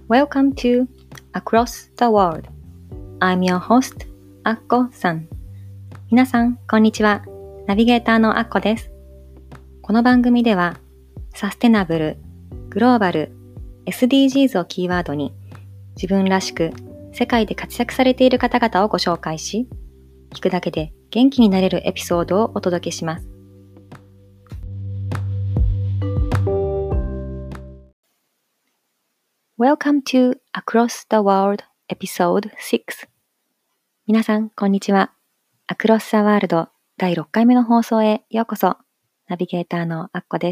Welcome to Across the World. I'm your host, アッコさん。皆さん、こんにちは。ナビゲーターのアッコです。この番組では、サステナブル、グローバル、SDGs をキーワードに、自分らしく世界で活躍されている方々をご紹介し、聞くだけで元気になれるエピソードをお届けします。Welcome to Across the World Episode 6。皆さん、こんにちは。Across the World 第6回目の放送へようこそ。ナビゲーターのアッコです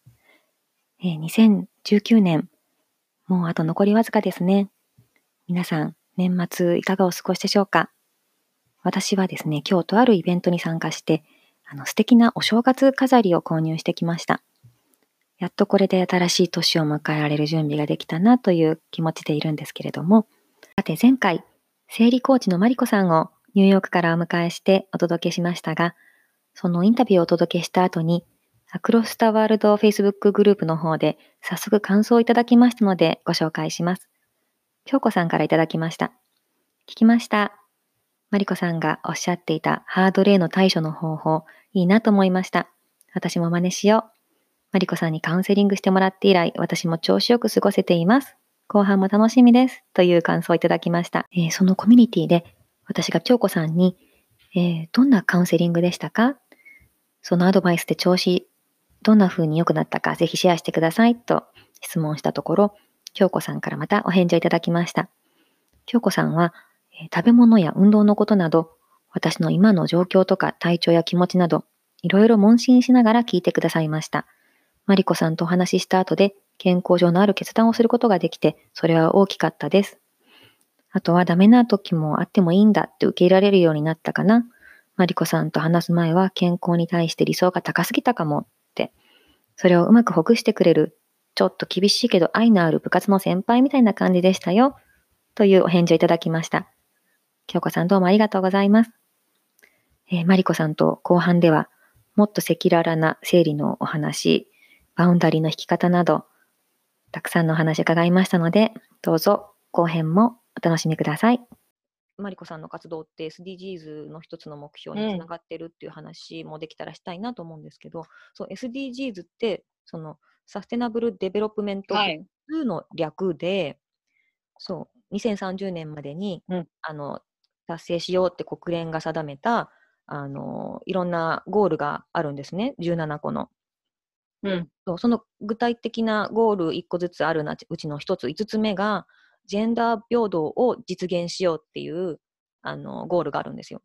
。2019年、もうあと残りわずかですね。皆さん、年末いかがお過ごしでしょうか？私はですね、今日とあるイベントに参加して、素敵なお正月飾りを購入してきました。やっとこれで新しい年を迎えられる準備ができたなという気持ちでいるんですけれども、さて前回、生理コーチのマリコさんをニューヨークからお迎えしてお届けしましたが、そのインタビューをお届けした後に、アクロスタワールド Facebook グループの方で早速感想をいただきましたのでご紹介します。京子さんからいただきました。聞きました。マリコさんがおっしゃっていたハードルへの対処の方法、いいなと思いました。私も真似しよう。マリコさんにカウンセリングしてもらって以来、私も調子よく過ごせています。後半も楽しみです。という感想をいただきました。そのコミュニティで、私が京子さんに、どんなカウンセリングでしたか？そのアドバイスで調子、どんな風に良くなったか、ぜひシェアしてください。と質問したところ、京子さんからまたお返事をいただきました。京子さんは、食べ物や運動のことなど、私の今の状況とか体調や気持ちなど、いろいろ問診しながら聞いてくださいました。マリコさんとお話しした後で健康上のある決断をすることができて、それは大きかったです。あとはダメな時もあってもいいんだって受け入れられるようになったかな。マリコさんと話す前は健康に対して理想が高すぎたかもって。それをうまくほぐしてくれる、ちょっと厳しいけど愛のある部活の先輩みたいな感じでしたよ。というお返事をいただきました。京子さんどうもありがとうございます。マリコさんと後半ではもっと赤裸々な生理のお話、バウンダリーの引き方など、たくさんのお話を伺いましたので、どうぞ後編もお楽しみください。マリコさんの活動って SDGs の一つの目標につながってるっていう話もできたらしたいなと思うんですけど、そう SDGs ってそのサステナブルデベロップメントの略で、そう2030年までに、達成しようって国連が定めたいろんなゴールがあるんですね、17個の。その具体的なゴール1個ずつあるうちの1つ、5つ目がジェンダー平等を実現しようっていうゴールがあるんですよ。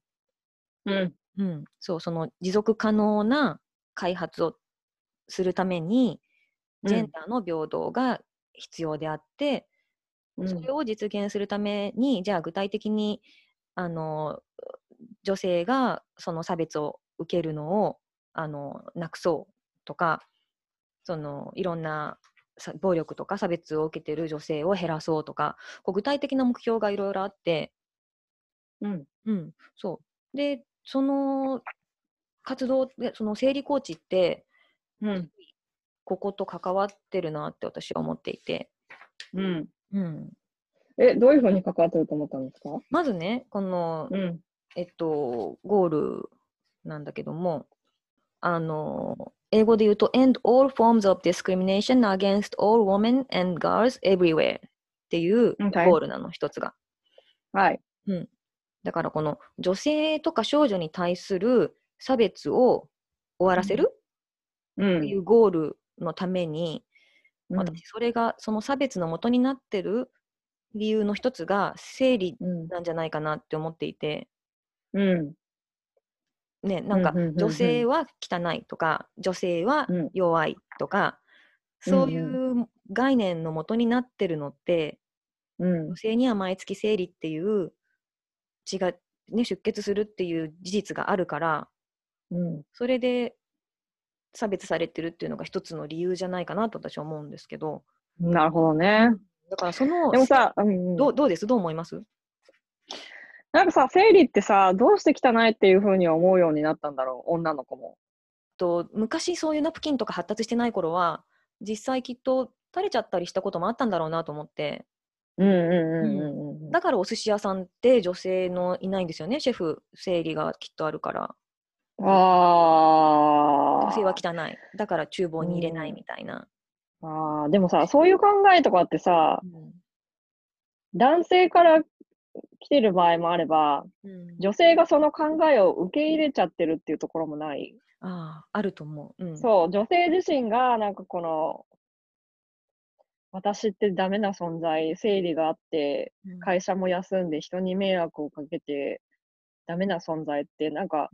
その持続可能な開発をするためにジェンダーの平等が必要であって、それを実現するためにじゃあ具体的に女性がその差別を受けるのをなくそうとか、いろんな暴力とか差別を受けている女性を減らそうとか、具体的な目標がいろいろあって、そうでその活動でその生理コーチって、ここと関わってるなって私は思っていて、 どういうふうに関わってると思ったんですか？ まずね、この、ゴールなんだけども、英語で言うと End all forms of discrimination against all women and girls everywhere っていうゴールなの、一つが。だからこの女性とか少女に対する差別を終わらせるっていうゴールのために、私それがその差別の元になってる理由の一つが生理なんじゃないかなって思っていて、なんか女性は汚いとか女性は弱いとか、そういう概念の元になってるのって、女性には毎月生理っていう血が、出血するっていう事実があるから、それで差別されてるっていうのが一つの理由じゃないかなと私は思うんですけど。 なるほどね。 だからそのでもさ、 どうです？どう思います？ なんかさ、生理ってさ、どうして汚いっていうふうに思うようになったんだろう、女の子も。 昔そういうナプキンとか発達してない頃は実際きっと垂れちゃったりしたこともあったんだろうなと思って。 うんうんうんうん。 だからお寿司屋さんって女性のいないんですよね。シェフ、生理がきっとあるから。女性はああ、 汚い。だから厨房うに入れないん。 みたいな。 ああ、でもさ、そういう考えとかってさ、 うん。 男性から来てる場合もあれば、 うん、 女性がその考えを受け入れちゃってるっていうところもない？ ああ、あると思う。うん。 そう、女性自身がなんか私ってダメな存在、生理があって、 うん。 会社も休んで人に迷惑をかけてダメな存在って、なんか、 うん。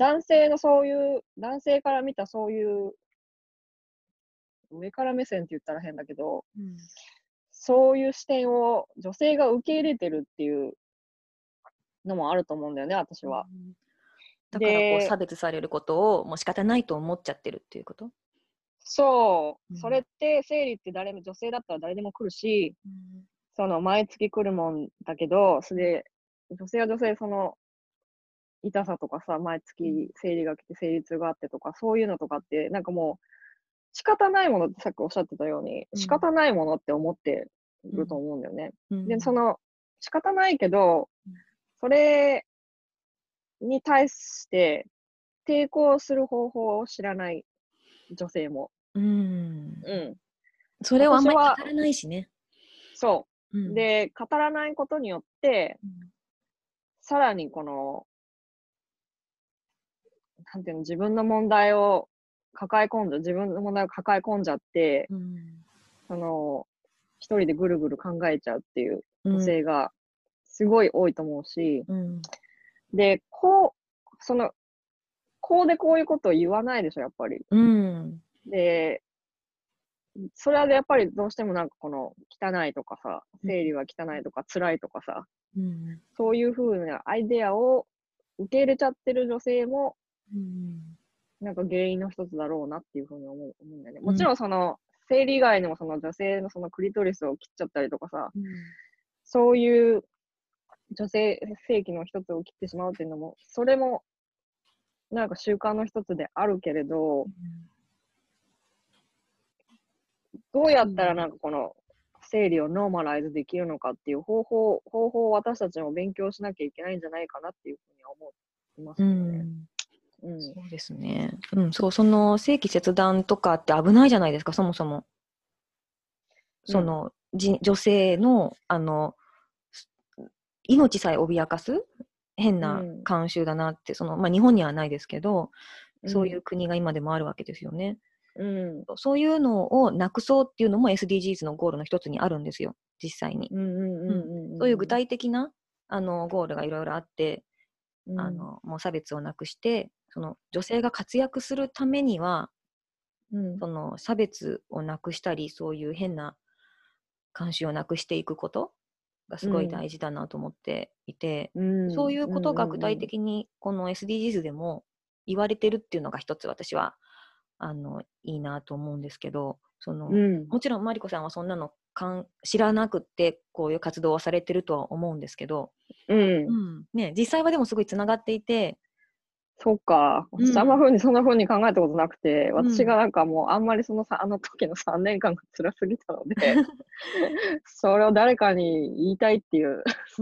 男性から見たそういう上から目線って言ったら変だけど、 うん。 そういう視点を女性が受け入れてるっていうのもあると思うんだよね、私は。 うん、だからこう差で、 別されることをもう仕方ないと思っちゃってるっていうこと。 そう、それうん。 って生理って女性だったら誰でも来るし、 うん。 その毎月来るもんだけど、それで、女性は女性その痛さとかさ、毎うん。 月生理が来て生理痛があってとか、そういうのとかって、なんかもう仕方ないものってさっきおっしゃってたように、 うん。 仕方ないものって思ってるとうん。 思うんだよね。で、そうん。 の仕方ないけど、それに対して抵抗する方法を知らない女性も。 うん。 うん。 それをあんまり私は語らないしね。 そうう。 ん。 で、語らないことによって、 うん。 さらになんていうの、自分の問題を抱え込んじゃって、 うん。 その、一人でぐるぐる考えちゃうっていう女うん。 性がすごい多いと思うし、 うん。 で、その、こういうことを言わないでしょ、やっぱり。 うん。 で、それはやっぱりどうしてもなんか汚いとかさ、 うん。 生理は汚いとか辛いとかさ、 うん。 そういう風なアイデアを受け入れちゃってる女性も、 うん。 なんか原因の一つだろうなっていう風に思うんだよね。もちうん。 ろん生理以外にもその女性のそのクリトリスを切っちゃったりとかさ、 うん。 そういう女性性器の一つを切ってしまうっていうのも、それもなんか習慣の一つであるけれど、どうやったらなんか生理をノーマライズできるのかっていう方法を私たちも勉強しなきゃいけないんじゃないかなっていうふうには思いまうすよね。 ん。 うん。 そうですね。うん、そう、その正規切断とかって危ないじゃないですか、そもそも。 うん。 女性の、命さえ脅かす変なうん。 慣習だなって、日本にはないですけど、そういうん。 う国が今でもあるわけですよね。 うん。 そういうのをなくそうっていうのも SDGs のゴールの一つにあるんですよ、実際に。 うん。うん。ううん。そういう具ん。 体的な、ゴールがいろいろあって、 うん。 もう差別をなくして、女性が活躍するためには、 うん。 差別をなくしたり、そういう変な慣習をなくしていくことがすごいうん。 大事だなと思っていて、 うん。 そういううん。 ことが具体うん。 的にこの SDGs でも言われてるっていうのが一つ私はいいなと思うんですけど、 うん。 もちろんマリコさんはそんなの知らなくってこういう活動をされてるとは思うんですけど、 うん。 うん、ね、実際はでもすごいつながっていて、 そっか。私うん、 そんな風に考えたことなくて、 うん、 私がなんかもうあんまりあの時の3年間が辛すぎたので、それを誰かに言いたいっていううん、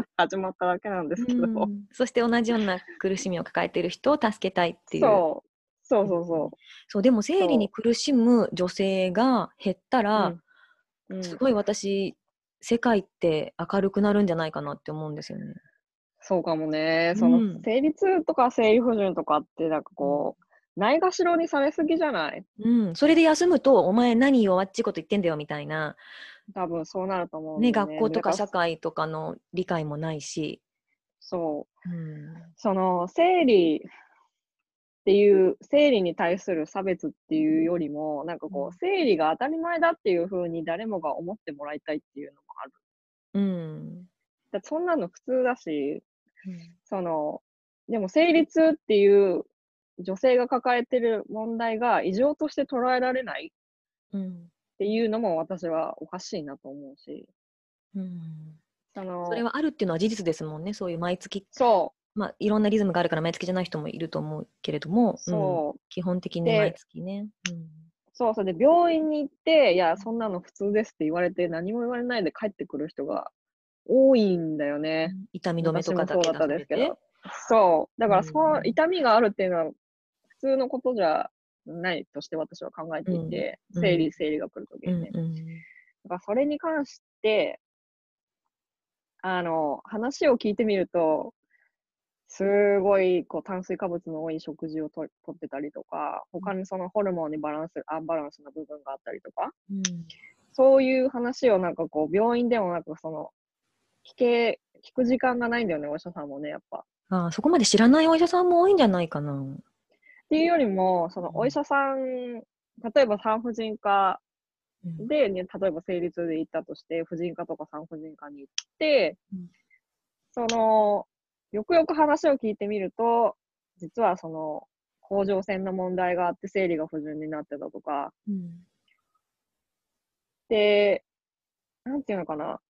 ことで始まっただけなんですうけど。 ん、そして同じような苦しみを抱えている人を助けたいっていう。 そう。そううん、 そうそう。 そう、でも生理にそ苦しむ女性が減ったう。うら、 ん。うん。 すごい私、世界って明るくなるんじゃないかなって思うんですよね。 そうかもね。 うん。 生理痛とか生理不順とかってなんかうん。 ないがしろにされすぎじゃない？ うん、それで休むと、お前何よ、あっちこと言ってんだよみたいな、 多分そうなると思うんね、 だよね。 学校とだから、 か社会とかの理解もないし。 そう。 うん。 生理に対する差別っていうよりも、なんかうん。 生理が当たり前だっていう風に誰もが思ってもらいたいっていうのもある。 うん。 だってそんなの普通だし、 うん。 その、でも生理痛っていう女性が抱えてる問題が異常として捉えられないうん。 っていうのも私はおかしいなと思うし、 うん。 その、 それはあるっていうのは事実ですもんね。そういう毎月、 そいろんなリズムがあるから毎月じゃない人もいると思うけれども、うん。 そう。 基本的に毎で、 月ね。うん。 そう、それで病院に行って、いや、そんなの普通ですって言われて、何も言われないで帰ってくる人が多いんだよね。 痛み止めと私かだけ出もそうだったされて。 ですけど。そう。だから、 うん痛みがあるっていうのは、普通のことじゃないとして私は考えていうんて、 うん生理が来るときうんにね。 うん。 だからそれに関して、話を聞いてみると、すごい、炭水化物の多い食事をとってたりとか、他にそのホルモンにアンバランスな部分があったりとか、 うんそういう話を病院でも聞く時間がないんだよね、お医者さんもね、やっぱ。 ああ、そこまで知らないお医者さんも多いんじゃないかな。 っていうよりも、そのお医うん者さん、例えば産婦人科うんで、ね、例えば生理痛で行ったとして、婦人科とか産婦人科に行って、 うんその、よくよく話を聞いてみると、実は甲状腺の問題があって生理が不順になってたとか、 うんで、なんていうのかな、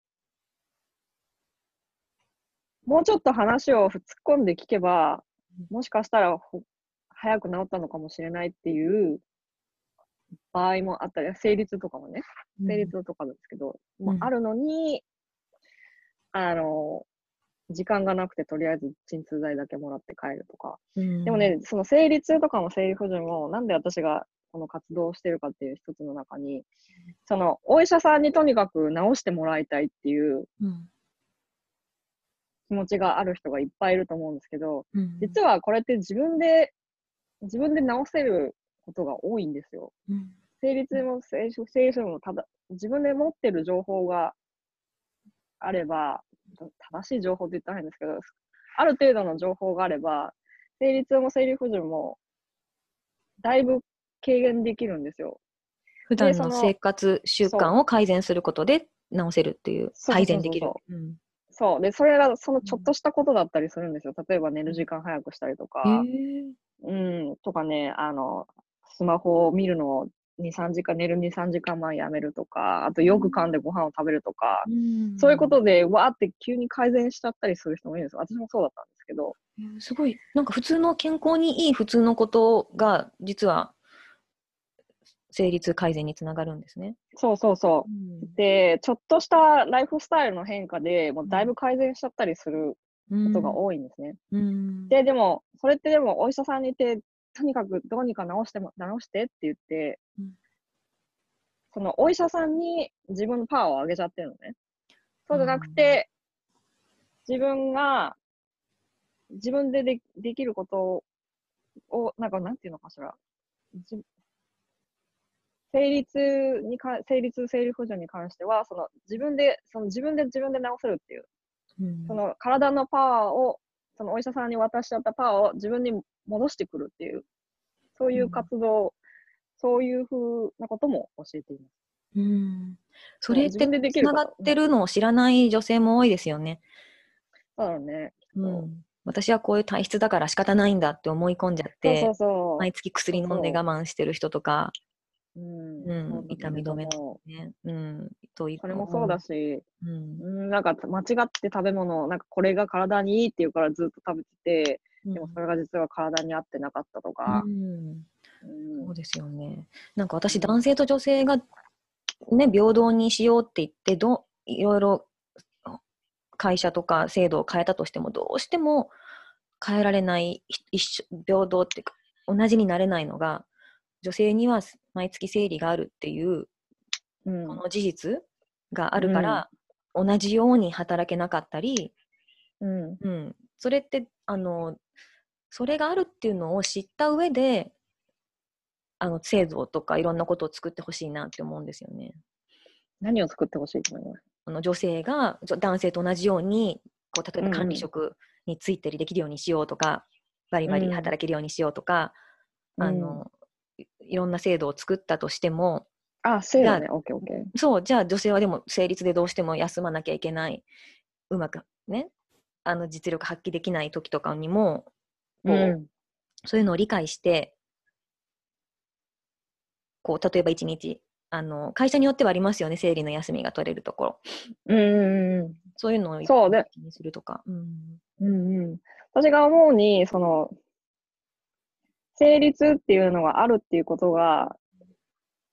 もうちょっと話を突っ込んで聞けば、もしかしたら早く治ったのかもしれないっていう場合もあったり、生理痛とかもね、生理痛とかですけど、もあるのに、あの、時間がなくてとりあえず鎮痛剤だけもらって帰るとか。でもね、その生理痛とかも生理不順も、なんで私がこの活動をしてるかっていう一つの中に、お医者さんにとにかく治してもらいたいっていううん気持ちがある人がいっぱいいると思うんですけど、 うん実はこれって自分で治せることが多いんですよ。 うん生理痛も生理痛も自分で持ってる情報があれば、正しい情報って言ったら変ですけど、ある程度の情報があれば、生理痛も生理不順もだいぶ軽減できるんですよ。で、 普段の生活習慣そう、 を改善することで治せるっていう、 そうそう改善できる。 そうそう。 うんそう。で、それがそのちょっとしたことだったりするんですよ。例えば寝る時間早くしたりとへか、 え。 とかね、スマホを見るのを2、3時間、寝る2、3時間前やめるとか、あとよく噛んでご飯を食べるとか、 うそういうこんとで、わーって急に改善しちゃったりする人もいるんですよ。私もそうだったんですけど。 すごい、なんか普通の健康にいい普通のことが、実は生理痛改善につながるんですね。 そうそうそう。 うんで、ちょっとしたライフスタイルの変化でもうだいうんぶ改善しちゃったりすることがうん多いんですね。 うんで、でも、それってでもお医者さんにいて、とにかくどうにか治してって言って、 うんそのお医者さんに自分のパワーを上げちゃってるのね。そうじゃなくあて、自分が自分でできることを、なんていうのかしら。生理痛、生理不順に関しては、自分で治せるっていう、 うん体のパワーを、そのお医者さんに渡しちゃったパワーを自分に戻してくるっていう、そういううん活動、そういうふうなことも教えています。 うんそれって自分でできつながっること。 てるのを知らない女性も多いですよね。 そうだろうね、きっと。 私はこういう体質だから仕方ないんだって思い込んじゃっそうそうて、 そう。 毎月薬飲んでそうそ我慢してる人とか、 う。そうだ、いると痛み止めとか思う。 ね、とそれもそうだし、 うん、 間違って食べ物、これが体にいいっていうからずっと食べてて、でもそうん、 れが実は体に合ってなかったとうか、 ん、 うん、 そうですよね。なんか私、 うん、 男性と女性がね、平等にしようって言って、いろいろ会社とか制度を変えたとしても、どうしても変えられない、平等っていうか、同じになれないのが、女性には毎月生理があるっていう、 うん、 この事実があうん、 るから、同じように働けなかったり、 うん、 それって、それがあるっていうのを知った上で、制度とかいろんなことを作ってほしいなって思うんですよね。 何を作ってほしいと思います。 女性が男性と同じように例えば管理うん、 職についたりできるようにしようとか、バリバリうん、 働けるようにしようとか、 うん。 いろんな制度を作ったとしても、 あ、制じゃあ度ね。オッケーオッケー。 じゃあ女性はでも生理でどうしても休まなきゃいけない、うまくね、実力発揮できない時とかにも、 うこん、 そういうのを理解して、例えば一日、会社によってはありますよね、生理の休みが取れるところ。 うん、うん。 そういうのを一そうで、 般的にするとか。 うんうん。私が思うに、生理痛っていうのがあるっていうことが、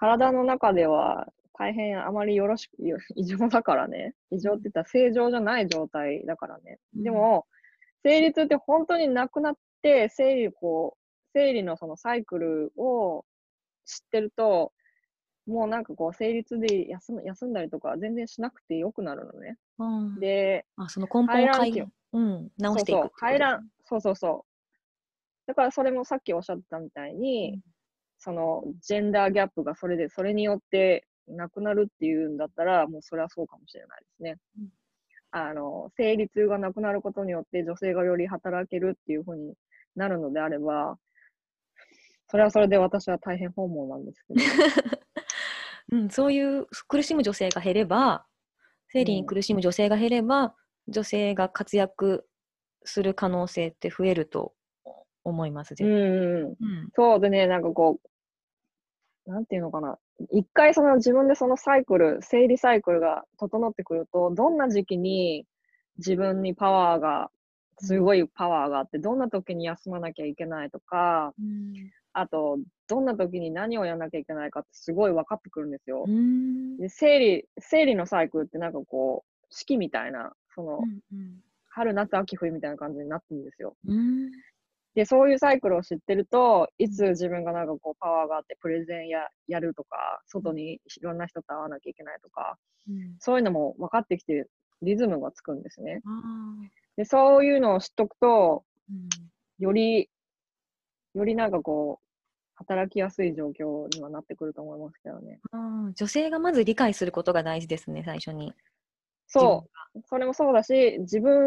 体の中では大変あまりよろしく、異常だからね。異常って言ったら正常じゃない状態だからね。でも、生理痛って本当になくなって、生理のそのサイクルを知ってると、もうなんかこう、生理痛で休んだりとか全然しなくてよくなるのね。 うん。 で、 その根本を排卵期、 直していくっそうそう、 てことですね。 そうそうそう。だからそれもさっきおっしゃったみたいに、そのジェンダーギャップがそれによってなくなるっていうんだったら、もうそれはそうかもしれないですね。生理痛がなくなることによって女性がより働けるっていうふうになるのであれば、それはそれで私は大変訪問なんですけど。 うん、そういう苦しむ女性が減れば、生理に苦しむ女性が減れば、女性が活躍する可能性って増えると思います。 そうでね、なんかこう、なんていうのかな。一回その自分でその生理サイクルが整ってくると、どんな時期に自分にすごいパワーがあって、どんな時に休まなきゃいけないとか、あと、どんな時に何をやらなきゃいけないかってすごい分かってくるんですよ。で、生理のサイクルってなんかこう、四季みたいな、春、夏、秋、冬みたいな感じになってるんですよ。で、そういうサイクルを知ってると、いつ自分がなんかこうパワーがあってプレゼンやるとか、外にいろんな人と会わなきゃいけないとか、そういうのも分かってきて、リズムがつくんですね。で、そういうのを知っとくと、よりなんかこう、働きやすい状況にはなってくると思いますけどね。 女性がまず理解することが大事ですね、最初に。 そう。それもそうだし、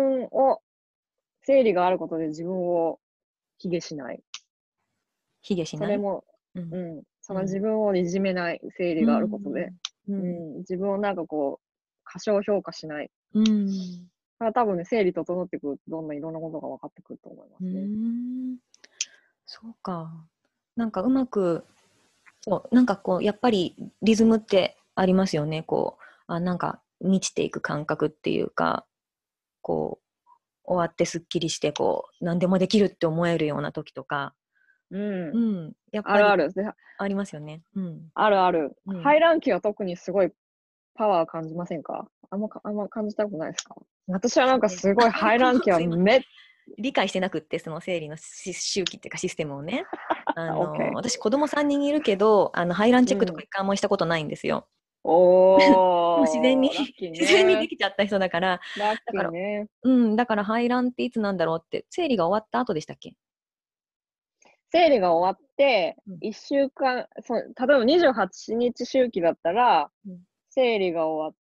生理があることで自分を卑下しない。 卑下しない。 それも、その自分をいじめない、生理があることで。自分をなんかこう、過小評価しない。だから多分ね、生理整ってくると、どんどんいろんなことが分かってくると思いますね。 そうか。なんかうまく、なんかこう、やっぱりリズムってありますよね。こう、なんか満ちていく感覚っていうか、こう、終わってすっきりして、こう、何でもできるって思えるような時とか、やっぱりあるある。 ありますよね。 あるある。排卵期は特にすごいパワー感じませんか？あんま感じたことないですか？私はなんかすごい排卵期は理解してなくって、その生理の周期っていうかシステムをね。 OK。 私子供3人いるけど、排卵チェックとか一回もしたことないんですよ。もう自然に、 ラッキー自然にでね。 きちゃった人だから、 ラッだから、 キーね。 だから排卵っていつなんだろうって、生理が終わった後でしたっけ？ 生理が終わって、1週間、例えば28日周期だったら、生理が終わって、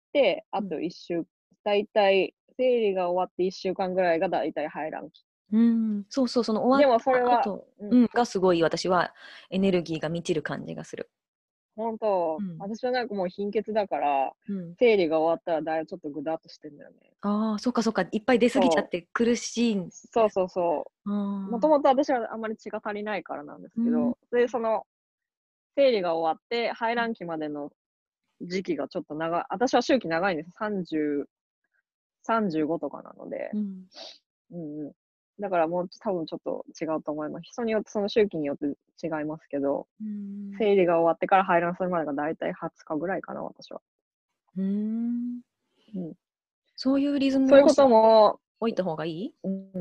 あと1週、だいたい生理が終わって1週間ぐらいがだいたい排卵期。 そうそう、その終でもわっそれは、 た後、がすごい私はエネルギーが満ちる感じがする。 本当、私はなんかもう貧血だから、生理が終わったらだいぶちょっとぐだっとしてんだよね。 そっかそっか、いっぱい出過ぎちゃって苦しいんです。 そうそうそう。もともと私はあんまり血が足りないからなんですけど、で、その、生理が終わって排卵期までの時期がちょっと私は周期長いんです。35とかなので。だからもう多分ちょっと違うと思います。人によって、その周期によって違いますけど、生理が終わってから排卵するまでがだいたい20日ぐらいかな、私は。 そういうリズムをそういうことも、 置いた方がいい？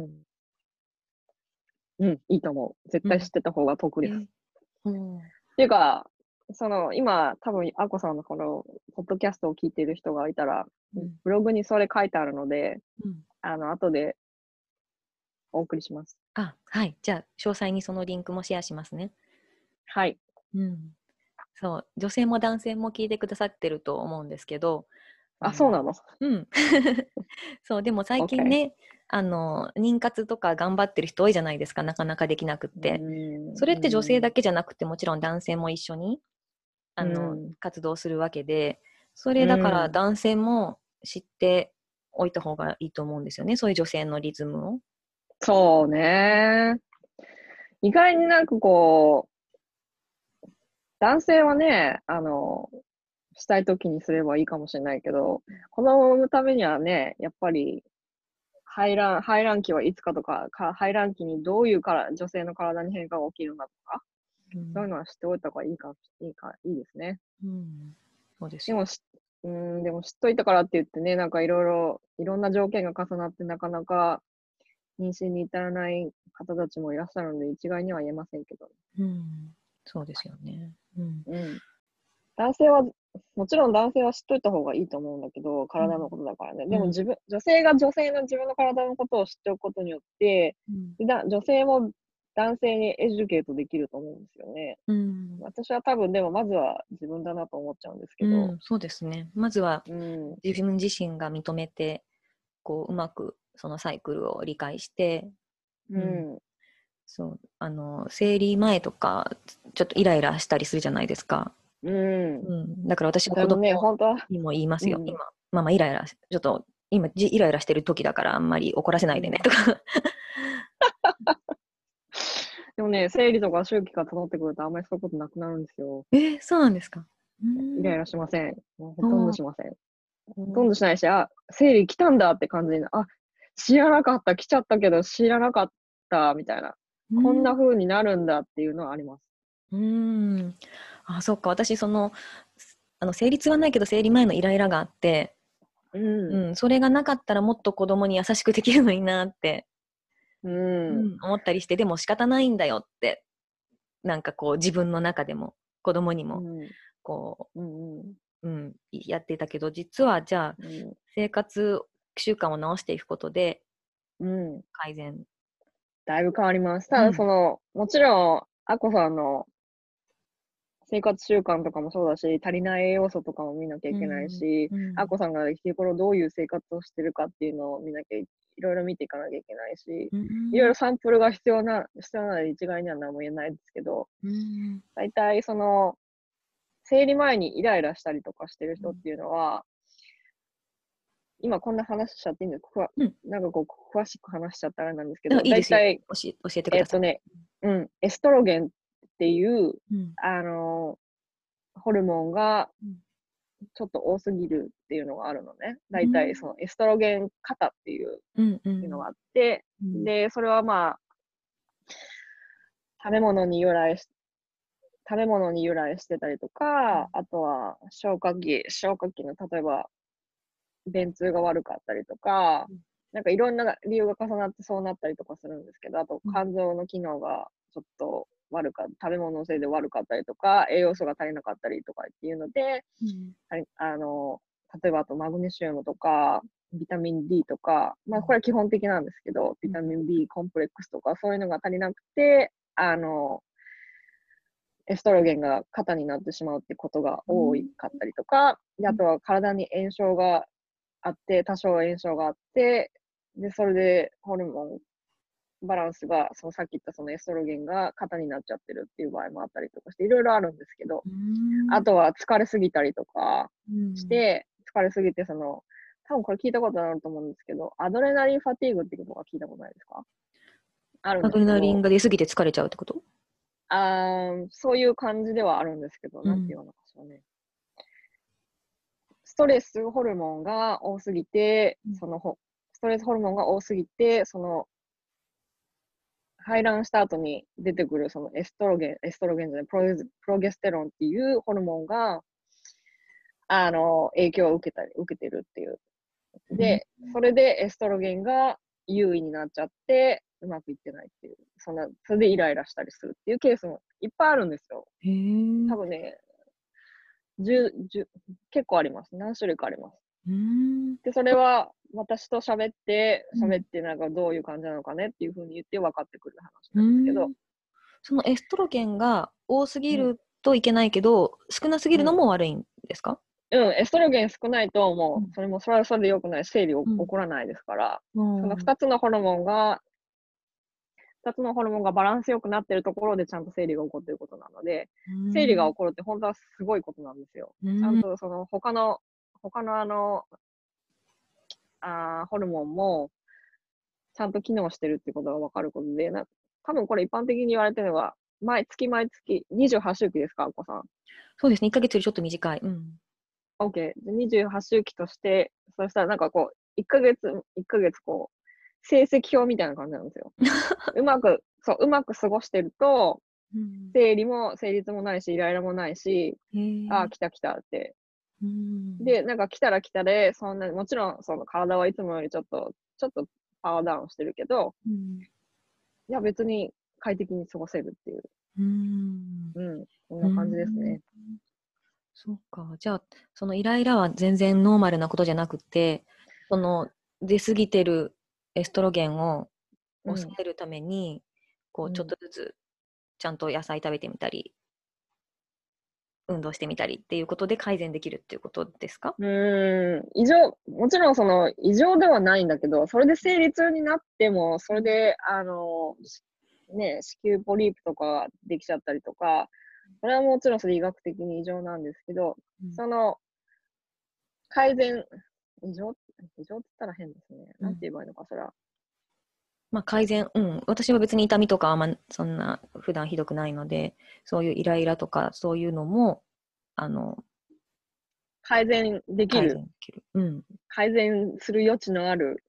いいと思う。絶対知ってた方が得です。っていうか、今、多分、アッコさんのこの、ポッドキャストを聞いている人がいたら、ブログにそれ書いてあるので、後でお送りします。 はい。じゃあ、詳細にそのリンクもシェアしますね。 はい。 そう、女性も男性も聞いてくださってると思うんですけど。 そうなの？ そう、でも最近ね、妊活とか頑張ってる人多いじゃないですか、なかなかできなくって。それって女性だけじゃなくて、もちろん男性も一緒に、活動するわけで、それだから男性も知っておいた方がいいと思うんですよね、そういう女性のリズムを。 そうね。意外になんかこう、男性はね、したいときにすればいいかもしれないけど、子供を産むためにはね、やっぱり排卵期はいつかとか、排卵期にどういう女性の体に変化が起きるのかとか、 そういうのは知っておいた方がいいですね。 そうですよ。 でもでも知っといたからって言ってね、なんかいろんな条件が重なってなかなか妊娠に至らない方たちもいらっしゃるので、一概には言えませんけど。 そうですよね。 男性は、もちろん男性は知っといた方がいいと思うんだけど、体のことだからね。でも女性が女性の自分の体のことを知っておくことによって、女性も男性にエデュケートできると思うんですよね。私は多分、でもまずは自分だなと思っちゃうんですけど。 そうですね。まずは自分自身が認めて、こう、うまくそのサイクルを理解して、そう、生理前とか、ちょっとイライラしたりするじゃないですか。だから私は子供にも言いますよ。今、ママイライラ、ちょっと今イライラしてる時だからあんまり怒らせないでねとか。 でもね、生理とか周期が整ってくるとあんまりそういうことなくなるんですよ。 そうなんですか。 イライラしません。もうほとんどしません。ほとんどしないし、生理来たんだって感じで、知らなかった、来ちゃったけど知らなかった、みたいな。こんな風になるんだっていうのはあります。 そっか。私、生理痛はないけど、生理前のイライラがあって、それがなかったらもっと子供に優しくできるのになって、思ったりして、でも仕方ないんだよって、なんかこう、自分の中でも、子供にも、こう、やっていたけど、実はじゃあ、生活習慣を直していくことで、改善。 だいぶ変わります。ただもちろん、アコさんの生活習慣とかもそうだし、足りない栄養素とかも見なきゃいけないし、アコさんが日頃どういう生活をしてるかっていうのを見なきゃいろいろ見ていかなきゃいけないし、いろいろサンプルが必要なので一概には何も言えないですけど、大体生理前にイライラしたりとかしてる人っていうのは、今こんな話しちゃっていいんですか？なんかこう、詳しく話しちゃったらなんですけど、 大体教えてください。 エストロゲンっていう、ホルモンがちょっと多すぎるっていうのがあるのね。大体そのエストロゲン過多っていうのがあって、で、それはまあ、食べ物に由来してたりとか、あとは消化器の例えば便通が悪かったりとか、なんかいろんな理由が重なってそうなったりとかするんですけど、あと肝臓の機能がちょっと食べ物のせいで悪かったりとか、栄養素が足りなかったりとかっていうので、例えばあとマグネシウムとか、ビタミン D とか、まあこれは基本的なんですけど、ビタミン B コンプレックスとかそういうのが足りなくて、エストロゲンが過多になってしまうってことが多かったりとか、であとは体に炎症があって、多少炎症があって、で、それでホルモンバランスが、さっき言ったそのエストロゲンが過多になっちゃってるっていう場合もあったりとかして、いろいろあるんですけど、あとは疲れすぎたりとかして、疲れすぎて多分これ聞いたことあると思うんですけど、アドレナリンファティーグってことが聞いたことないですか？あるんアドレですけど、 ナリンが出すぎて疲れちゃうってこと？ そういう感じではあるんですけど、なんていうのかしらね。ストレスホルモンが多すぎて、ストレスホルモンが多すぎて、排卵した後に出てくるエストロゲンじゃない、プロゲステロンっていうホルモンが、影響を受けてるっていう。で、それでエストロゲンが優位になっちゃって、うまくいってないっていう。それでイライラしたりするっていうケースもいっぱいあるんですよ。多分ね、結構あります。何種類かあります。で、それは私と喋ってなんかどういう感じなのかねっていうふうに言って分かってくる話なんですけど。 そのエストロゲンが多すぎるといけないけど、少なすぎるのも悪いんですか？ エストロゲン少ないともう、それはそれで良くない、生理起こらないですから、その2つのホルモンがバランスよくなってるところでちゃんと生理が起こっていることなので、生理が起こるって本当はすごいことなんですよ。ちゃんと他のホルモンもちゃんと機能してるってことが分かることで、多分これ一般的に言われてるのが、毎月28周期ですか、お子さん。 そうですね、1ヶ月よりちょっと短い。 OK。28周期として、そしたらなんかこう、1ヶ月こう、成績表みたいな感じなんですよ。うまく過ごしてると、 生理も生理痛もないし、イライラもないし、ああ、来た来たって。で、なんか来たら来たで、そんな、もちろんその体はいつもよりちょっとパワーダウンしてるけど、いや別に快適に過ごせるっていう。こんな感じですね。 そうか。じゃあ、そのイライラは全然ノーマルなことじゃなくて、その出過ぎてるエストロゲンを抑えるために、こうちょっとずつちゃんと野菜食べてみたり、運動してみたりっていうことで改善できるっていうことですか？ もちろんその異常ではないんだけど、それで生理痛になっても、それで、子宮ポリープとかできちゃったりとか、それはもちろんそれ医学的に異常なんですけど、その改善、異常って言ったら変ですね。なんて言えばいいのかしら。 まあ改善、私は別に痛みとかはそんな普段ひどくないので、そういうイライラとかそういうのも、 改善できる。改善する余地のある、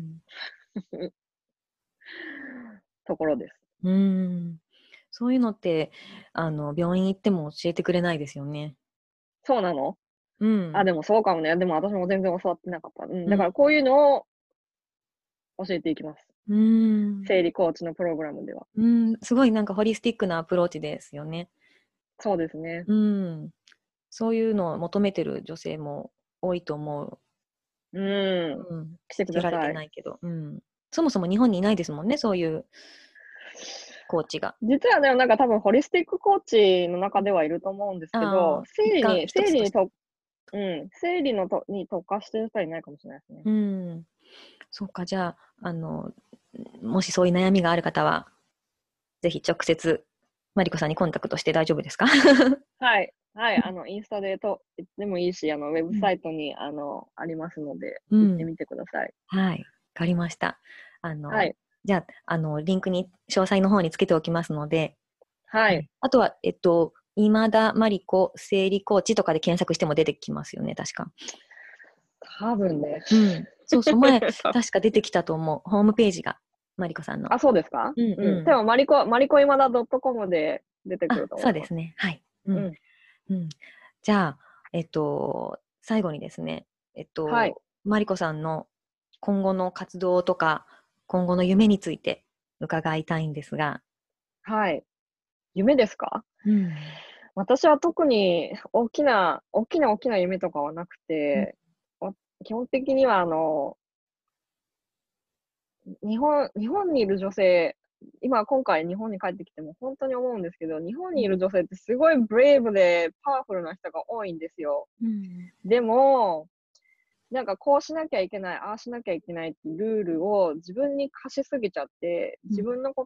ところです。 そういうのって、病院行っても教えてくれないですよね。 そうなの？でもそうかもね。でも私も全然教わってなかった。だからこういうのを教えていきます。生理コーチのプログラムでは。 すごいなんかホリスティックなアプローチですよね。 そうですね。 そういうのを求めてる女性も多いと思う。 来てく知られてださい。 ないけど。そもそも日本にいないですもんね、そういうコーチが。 実はね、なんか多分ホリスティックコーチの中ではいると思うんですけど、 一つとして。 生理に特化してる人はいないかもしれないですね。そうか、じゃあ、もしそういう悩みがある方は、ぜひ直接、マリコさんにコンタクトして大丈夫ですか？ はい。はい。インスタでもいいし、ウェブサイトに、ありますので、行ってみてください。 はい。わかりました。 はい。 じゃあ、リンクに、詳細の方につけておきますので、 はい。 あとは、今田マリコ生理コーチとかで検索しても出てきますよね、確か。 多分ね。 そうそう、前、確か出てきたと思う。ホームページが、マリコさんの。 そうですか？でも、マリコ今田 .com で出てくると思います。 そうですね。はい。じゃあ、最後にですね、 はい。 マリコさんの今後の活動とか、今後の夢について伺いたいんですが。 はい。夢ですか？ うん。 私は特に大きな夢とかはなくて、基本的には日本にいる女性、今回日本に帰ってきても本当に思うんですけど、日本にいる女性ってすごいブレイブでパワフルな人が多いんですよ。でも、なんかこうしなきゃいけない、ああしなきゃいけないっていうルールを自分に課しすぎちゃって、自分のこと、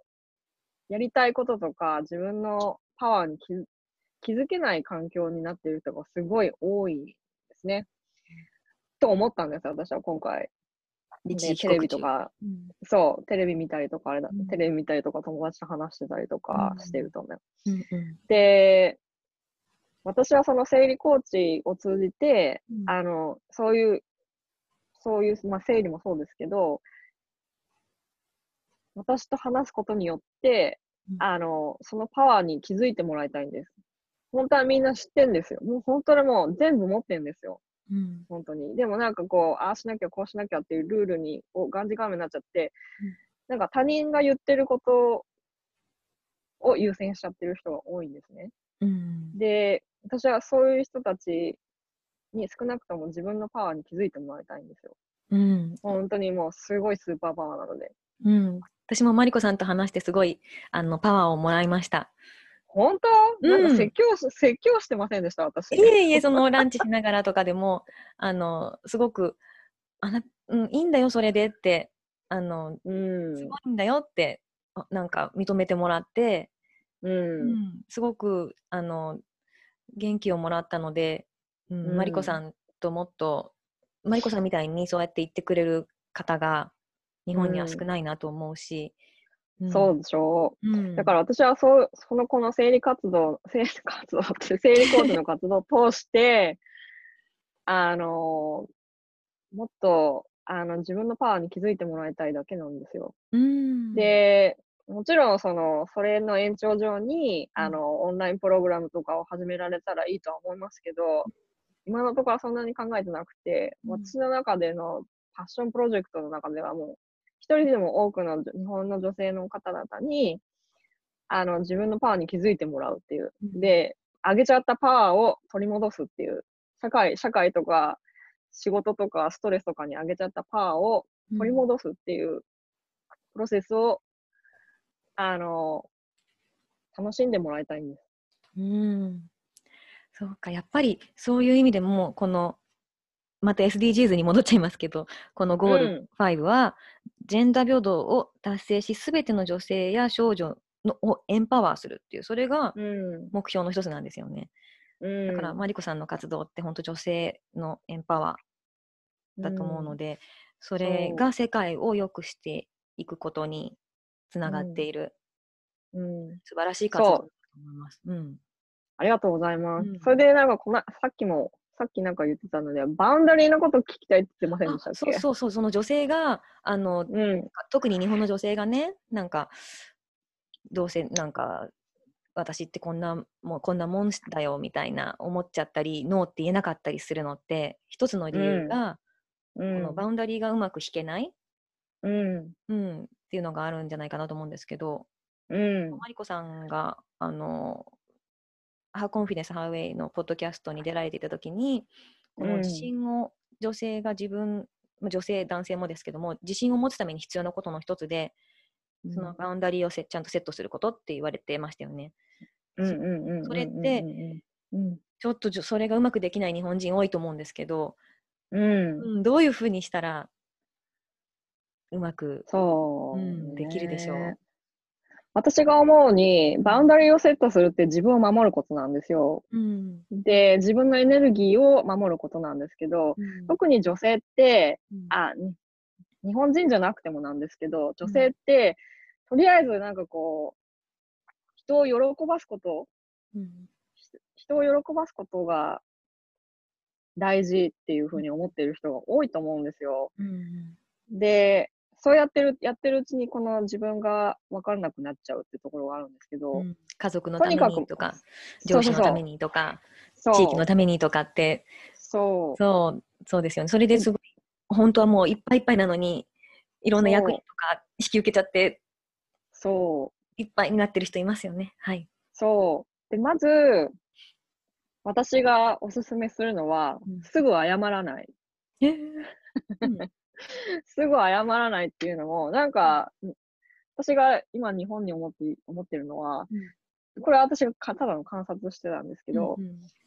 やりたいこととか、自分のパワーに気づけない環境になっている人がすごい多いですね。と思ったんですよ、私は今回。で、 一時帰テレ国中。 ビとか、テレビ見たりとか、テレビ見たりとか、友達と話してたりとかしてるとね。で、私はその生理コーチを通じて、そういう、生理もそうですけど、私と話すことによって、そのパワーに気づいてもらいたいんです。本当はみんな知ってんですよ。もう本当にもう全部持ってんですよ。本当に。でもなんかこう、ああしなきゃこうしなきゃっていうルールがんじがらめになっちゃって、なんか他人が言ってることを優先しちゃってる人が多いんですね。で、私はそういう人たちに少なくとも自分のパワーに気づいてもらいたいんですよ。本当にもうすごいスーパーパワーなので。 私もマリコさんと話してすごい、パワーをもらいました。 本当？なんか説教してませんでした、私。 いえいえ、そのランチしながらとかでも、すごく、いいんだよ、それでって、すごいんだよって、なんか認めてもらって、すごく、元気をもらったので、マリコさんともっと、マリコさんみたいにそうやって言ってくれる方が日本には少ないなと思うし、 そうでしょう。だから私はこの生理コーチの活動を通して、もっと、自分のパワーに気づいてもらいたいだけなんですよ。で、 もちろんそれの延長上に、オンラインプログラムとかを始められたらいいとは思いますけど、今のところはそんなに考えてなくて、私の中でのパッションプロジェクトの中ではもう、一人でも多くの日本の女性の方々に、自分のパワーに気づいてもらうっていう。で、上げちゃったパワーを取り戻すっていう。社会とか仕事とかストレスとかに上げちゃったパワーを取り戻すっていうプロセスを、楽しんでもらいたいんです。 そうか、やっぱりそういう意味でも、また SDGs に戻っちゃいますけど、このゴール5は、ジェンダー平等を達成し、すべての女性や少女をエンパワーするっていう、それが目標の一つなんですよね。だから、マリコさんの活動って本当女性のエンパワーだと思うので、それが世界を良くしていくことにつながっている、素晴らしい活動だと思います。 ありがとうございます。それでなんかさっきなんか言ってたので、バウンダリーのこと聞きたいって言ってませんでしたっけ？ そう、その女性が、特に日本の女性がね、なんか、どうせなんか、私ってこんなもんだよみたいな思っちゃったり、ノーって言えなかったりするのって、一つの理由が、このバウンダリーがうまく引けない、っていうのがあるんじゃないかなと思うんですけど、マリコさんが、ハーコンフィデンス・ハーウェイのポッドキャストに出られていたときに、この自信を、女性が女性、男性もですけども、自信を持つために必要なことの一つで、そのバウンダリーをちゃんとセットすることって言われてましたよね。それって、ちょっとそれがうまくできない日本人多いと思うんですけど、どういうふうにしたらうまく、できるでしょう。 私が思うに、バウンダリーをセットするって自分を守ることなんですよ。で、自分のエネルギーを守ることなんですけど、特に女性って、日本人じゃなくてもなんですけど、女性って、とりあえずなんかこう、人を喜ばすこと、人を喜ばすことが大事っていうふうに思っている人が多いと思うんですよ。で、そうやってるうちにこの自分が分からなくなっちゃうってところがあるんですけど、 家族のためにとか、上司のためにとか、地域のためにとかって、そうですよね。それですごい、本当はもういっぱいいっぱいなのに、いろんな役員とか引き受けちゃって、いっぱいになってる人いますよね。はい。 で、まず、私がおすすめするのは、すぐ謝らない。すぐ謝らないっていうのも、なんか、私が今日本に思ってるのは、これは私がただの観察してたんですけど、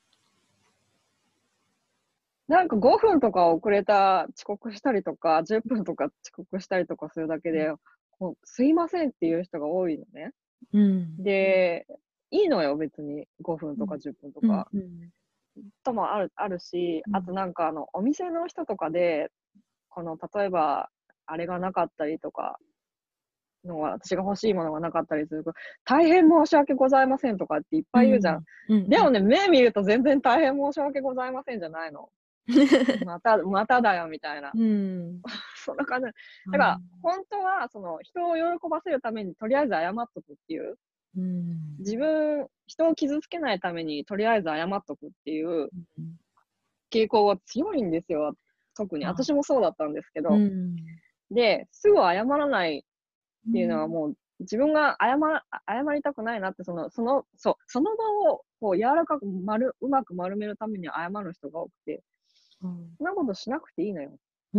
なんか5分とか遅刻したりとか、10分とか遅刻したりとかするだけで、すいませんっていう人が多いのね。で、いいのよ、別に5分とか10分とか。ともあるし、あとなんかお店の人とかで、例えば、あれがなかったりとか、私が欲しいものがなかったりすると、大変申し訳ございませんとかっていっぱい言うじゃん。でもね、目見ると全然大変申し訳ございませんじゃないの。まただよみたいな。そんな感じ。だから、本当は、人を喜ばせるためにとりあえず謝っとくっていう。人を傷つけないためにとりあえず謝っとくっていう傾向が強いんですよ。特に。私もそうだったんですけど。で、すぐ謝らないっていうのはもう、自分が謝りたくないなって、その場をこう柔らかくうまく丸めるために謝る人が多くて、そんなことしなくていいのよ。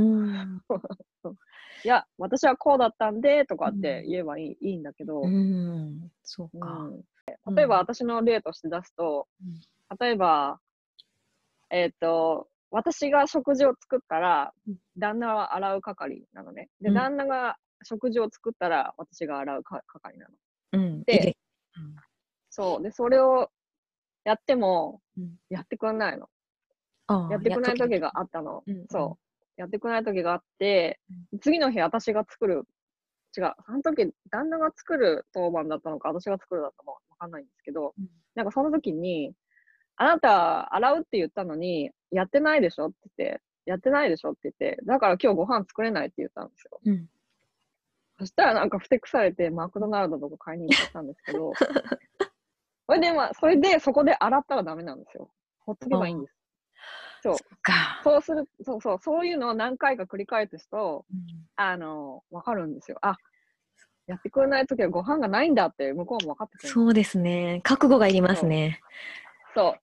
いや、私はこうだったんで、とかって言えばいいんだけど、 そうか。 例えば私の例として出すと、例えば、私が食事を作ったら、旦那は洗う係なのね。で、旦那が食事を作ったら、私が洗う係なの。で、で、それをやっても、やってくれないの。やってくれない時があったの。やってくれない時があって、次の日私が作る。違う。その時、旦那が作る当番だったのか、私が作るだったのかわかんないんですけど、なんかその時に、あなた、洗うって言ったのに、やってないでしょって言って、だから今日ご飯作れないって言ったんですよ。 そしたらなんかふてくされてマクドナルドとか買いに行っちゃったんですけど、それでそこで洗ったらダメなんですよ。ほっとけばいいんです。そう。そういうのを何回か繰り返すと、わかるんですよ。あ、やってくれないときはご飯がないんだって向こうも分かってくれる。 そうですね。覚悟がいりますね。 そう。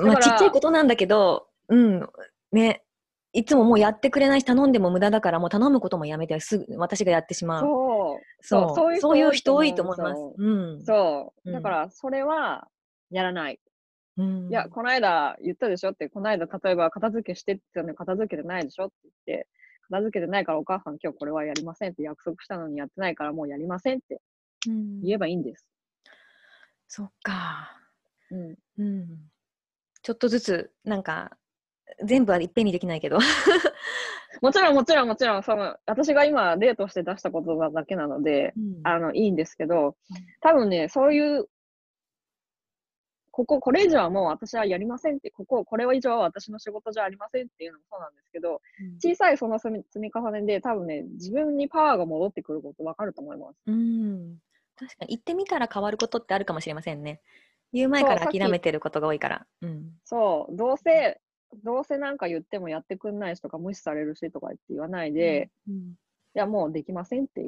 まあ、ちっちゃいことなんだけど、ね、いつももうやってくれないし、頼んでも無駄だから、もう頼むこともやめて、すぐ私がやってしまう。そういう人多いと思います。 そう。だから、それはやらない。いや、この間言ったでしょって、この間、例えば片付けしてって言ったのに片付けてないでしょって言って、片付けてないからお母さん今日これはやりませんって約束したのにやってないからもうやりませんって言えばいいんです。 そっか。ちょっとずつ、なんか、全部はいっぺんにできないけど。 もちろん、私が今例として出したことだけなので、いいんですけど、多分ね、そういう、これ以上はもう私はやりませんって、これ以上は私の仕事じゃありませんっていうのもそうなんですけど、小さいその積み重ねで多分ね、自分にパワーが戻ってくること分かると思います。 確かに、言ってみたら変わることってあるかもしれませんね。言う前から諦めてることが多いから。 そう、どうせなんか言ってもやってくんないしとか無視されるしとか言わないで、いや、もうできませんっていう。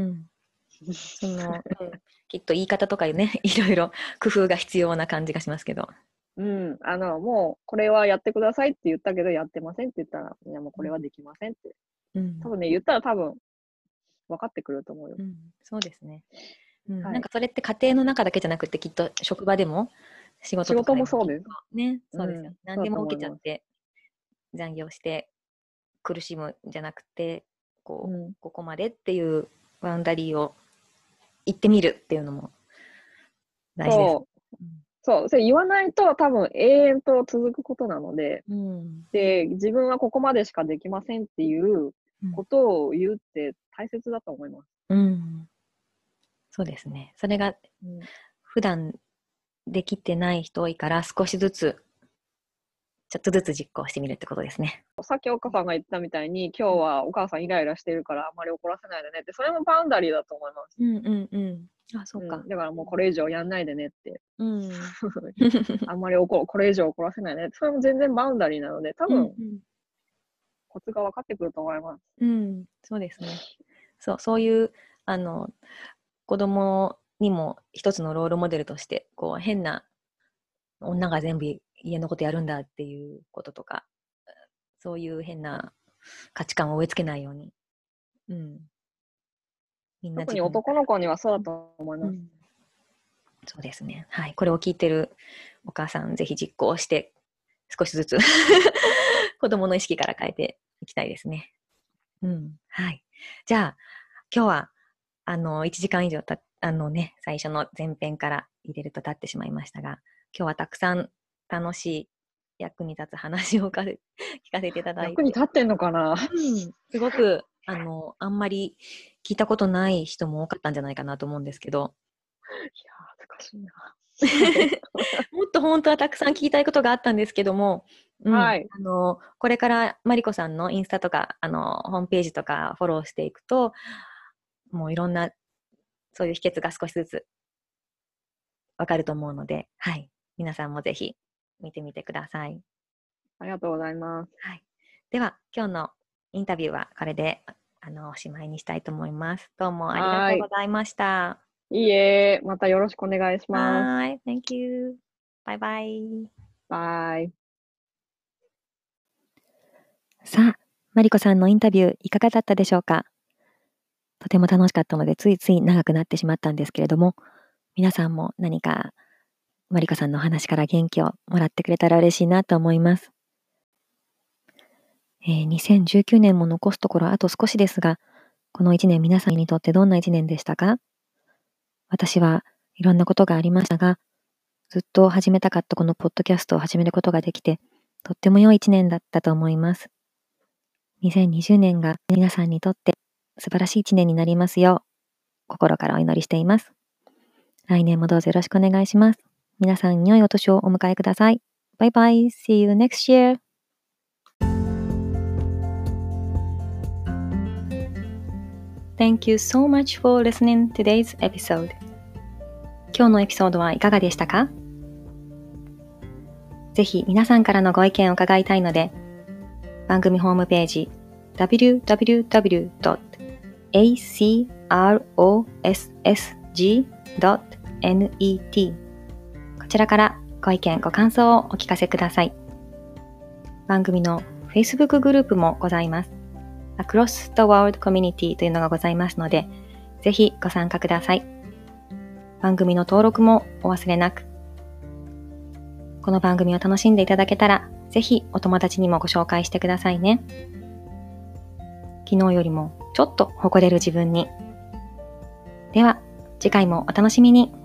きっと言い方とかね、いろいろ工夫が必要な感じがしますけど。 もうこれはやってくださいって言ったけど、やってませんって言ったら、いや、もうこれはできませんって。多分ね、言ったら多分分かってくると思うよ。 そうですね。なんかそれって家庭の中だけじゃなくて、きっと職場でも仕事もそうです。 ね、そうですよ。何でも受けちゃって、残業して苦しむんじゃなくて、ここまでっていうバウンダリーを言ってみるっていうのも大事です。 それ言わないと多分永遠と続くことなので、で、自分はここまでしかできませんっていうことを言うって大切だと思います。 そうですね。それが普段できてない人多いから、少しずつちょっとずつ実行してみるってことですね。 さっきお母さんが言ったみたいに、今日はお母さんイライラしてるからあんまり怒らせないでねって、それもバウンダリーだと思います。 あ、そうか。 だからもうこれ以上やんないでねって。あんまりこれ以上怒らせないでねって。それも全然バウンダリーなので、多分、コツが分かってくると思います。 そうですね。そういう、子供にも一つのロールモデルとして、こう、変な女が全部家のことやるんだっていうこととか、そういう変な価値観を植え付けないように。 みんな特に男の子にはそうだと思います。 そうですね。はい。これを聞いてるお母さん、ぜひ実行して、少しずつ子供の意識から変えていきたいですね。はい。じゃあ、今日は、1時間以上最初の前編から入れると経ってしまいましたが、今日はたくさん楽しい役に立つ話を聞かせていただいて。 役に立ってんのかな？ すごく、あんまり聞いたことない人も多かったんじゃないかなと思うんですけど。 いや、恥ずかしいな。 もっと本当はたくさん聞きたいことがあったんですけども、これからマリコさんのインスタとか、ホームページとかフォローしていくと、もういろんな、そういう秘訣が少しずつわかると思うので、はい。皆さんもぜひ見てみてください。 ありがとうございます。 はい。では、今日のインタビューはこれで、おしまいにしたいと思います。どうもありがとうございました。 いいえ、またよろしくお願いします。 はい。Thank you. バイバイ。 バイ。 さあ、マリコさんのインタビューいかがだったでしょうか？とても楽しかったので、ついつい長くなってしまったんですけれども、皆さんも何かマリコさんのお話から元気をもらってくれたら嬉しいなと思います。2019年も残すところあと少しですが、この1年皆さんにとってどんな1年でしたか？私はいろんなことがありましたが、ずっと始めたかったこのポッドキャストを始めることができて、とっても良い1年だったと思います。2020年が皆さんにとって素晴らしい1年になりますよう、心からお祈りしています。来年もどうぞよろしくお願いします。皆さん良いお年をお迎えください。バイバイ。See you next year. 。 Thank you so much for listening today's episode. 今日のエピソードはいかがでしたか？ぜひ皆さんからのご意見を伺いたいので、番組ホームページ www.acrossg.net こちらからご意見ご感想をお聞かせください。番組の Facebook グループもございます。Across the World Community というのがございますので、ぜひご参加ください。番組の登録もお忘れなく。この番組を楽しんでいただけたら、ぜひお友達にもご紹介してくださいね。昨日よりもちょっと誇れる自分に。では、次回もお楽しみに。